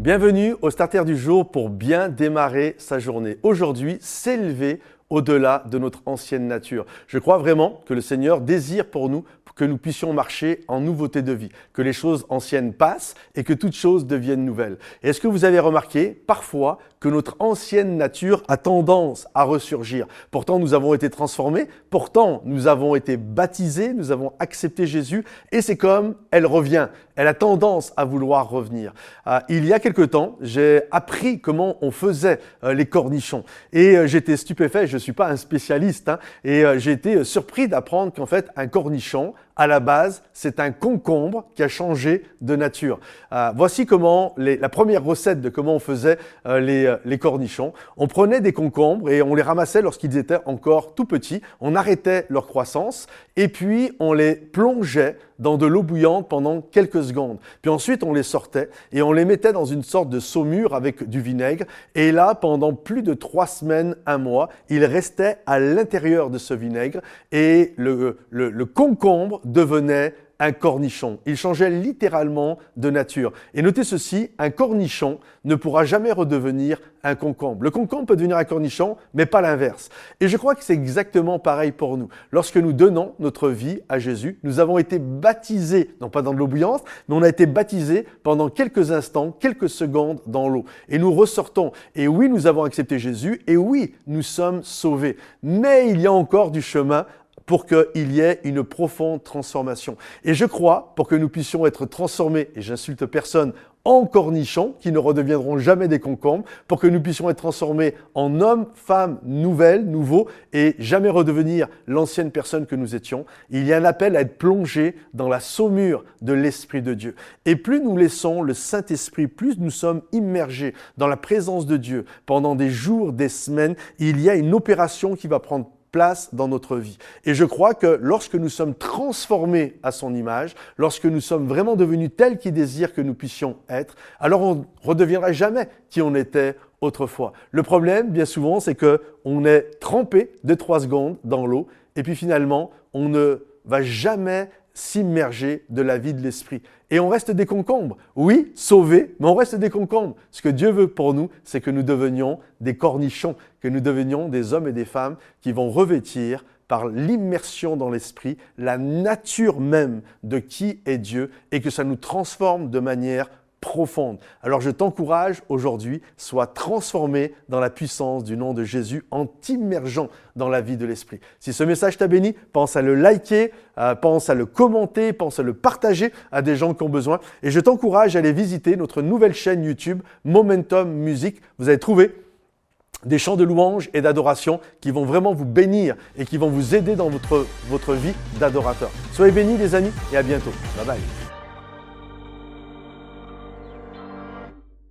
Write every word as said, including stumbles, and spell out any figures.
Bienvenue au Starter du jour pour bien démarrer sa journée. Aujourd'hui, s'élever au-delà de notre ancienne nature. Je crois vraiment que le Seigneur désire pour nous que nous puissions marcher en nouveauté de vie, que les choses anciennes passent et que toutes choses deviennent nouvelles. Et est-ce que vous avez remarqué parfois que notre ancienne nature a tendance à ressurgir? Pourtant, nous avons été transformés, pourtant, nous avons été baptisés, nous avons accepté Jésus et c'est comme elle revient. Elle a tendance à vouloir revenir. Euh, il y a quelque temps, j'ai appris comment on faisait euh, les cornichons et euh, j'étais stupéfait, je ne suis pas un spécialiste hein, et euh, j'ai été surpris d'apprendre qu'en fait, un cornichon, à la base, c'est un concombre qui a changé de nature. Euh, voici comment les, la première recette de comment on faisait euh, les, euh, les cornichons. On prenait des concombres et on les ramassait lorsqu'ils étaient encore tout petits. On arrêtait leur croissance et puis on les plongeait dans de l'eau bouillante pendant quelques secondes. Puis ensuite, on les sortait et on les mettait dans une sorte de saumure avec du vinaigre. Et là, pendant plus de trois semaines, un mois, ils restaient à l'intérieur de ce vinaigre et le, le, le concombre devenait un cornichon. Il changeait littéralement de nature. Et notez ceci, un cornichon ne pourra jamais redevenir un concombre. Le concombre peut devenir un cornichon, mais pas l'inverse. Et je crois que c'est exactement pareil pour nous. Lorsque nous donnons notre vie à Jésus, nous avons été baptisés, non pas dans de l'eau bouillante, mais on a été baptisés pendant quelques instants, quelques secondes dans l'eau. Et nous ressortons. Et oui, nous avons accepté Jésus. Et oui, nous sommes sauvés. Mais il y a encore du chemin pour qu'il y ait une profonde transformation. Et je crois, pour que nous puissions être transformés, et j'insulte personne, en cornichons, qui ne redeviendront jamais des concombres, pour que nous puissions être transformés en hommes, femmes nouvelles, nouveaux, et jamais redevenir l'ancienne personne que nous étions, il y a un appel à être plongé dans la saumure de l'Esprit de Dieu. Et plus nous laissons le Saint-Esprit, plus nous sommes immergés dans la présence de Dieu pendant des jours, des semaines, il y a une opération qui va prendre place dans notre vie. Et je crois que lorsque nous sommes transformés à son image, lorsque nous sommes vraiment devenus tels qu'il désire que nous puissions être, alors on ne redeviendra jamais qui on était autrefois. Le problème, bien souvent, c'est que on est trempé de trois secondes dans l'eau et puis finalement, on ne va jamais s'immerger de la vie de l'esprit. Et on reste des concombres. Oui, sauvés, mais on reste des concombres. Ce que Dieu veut pour nous, c'est que nous devenions des cornichons, que nous devenions des hommes et des femmes qui vont revêtir par l'immersion dans l'esprit la nature même de qui est Dieu et que ça nous transforme de manière profonde. Alors je t'encourage aujourd'hui, sois transformé dans la puissance du nom de Jésus en t'immergeant dans la vie de l'Esprit. Si ce message t'a béni, pense à le liker, euh, pense à le commenter, pense à le partager à des gens qui ont besoin. Et je t'encourage à aller visiter notre nouvelle chaîne YouTube, Momentum Music. Vous allez trouver des chants de louange et d'adoration qui vont vraiment vous bénir et qui vont vous aider dans votre, votre vie d'adorateur. Soyez bénis les amis et à bientôt. Bye bye.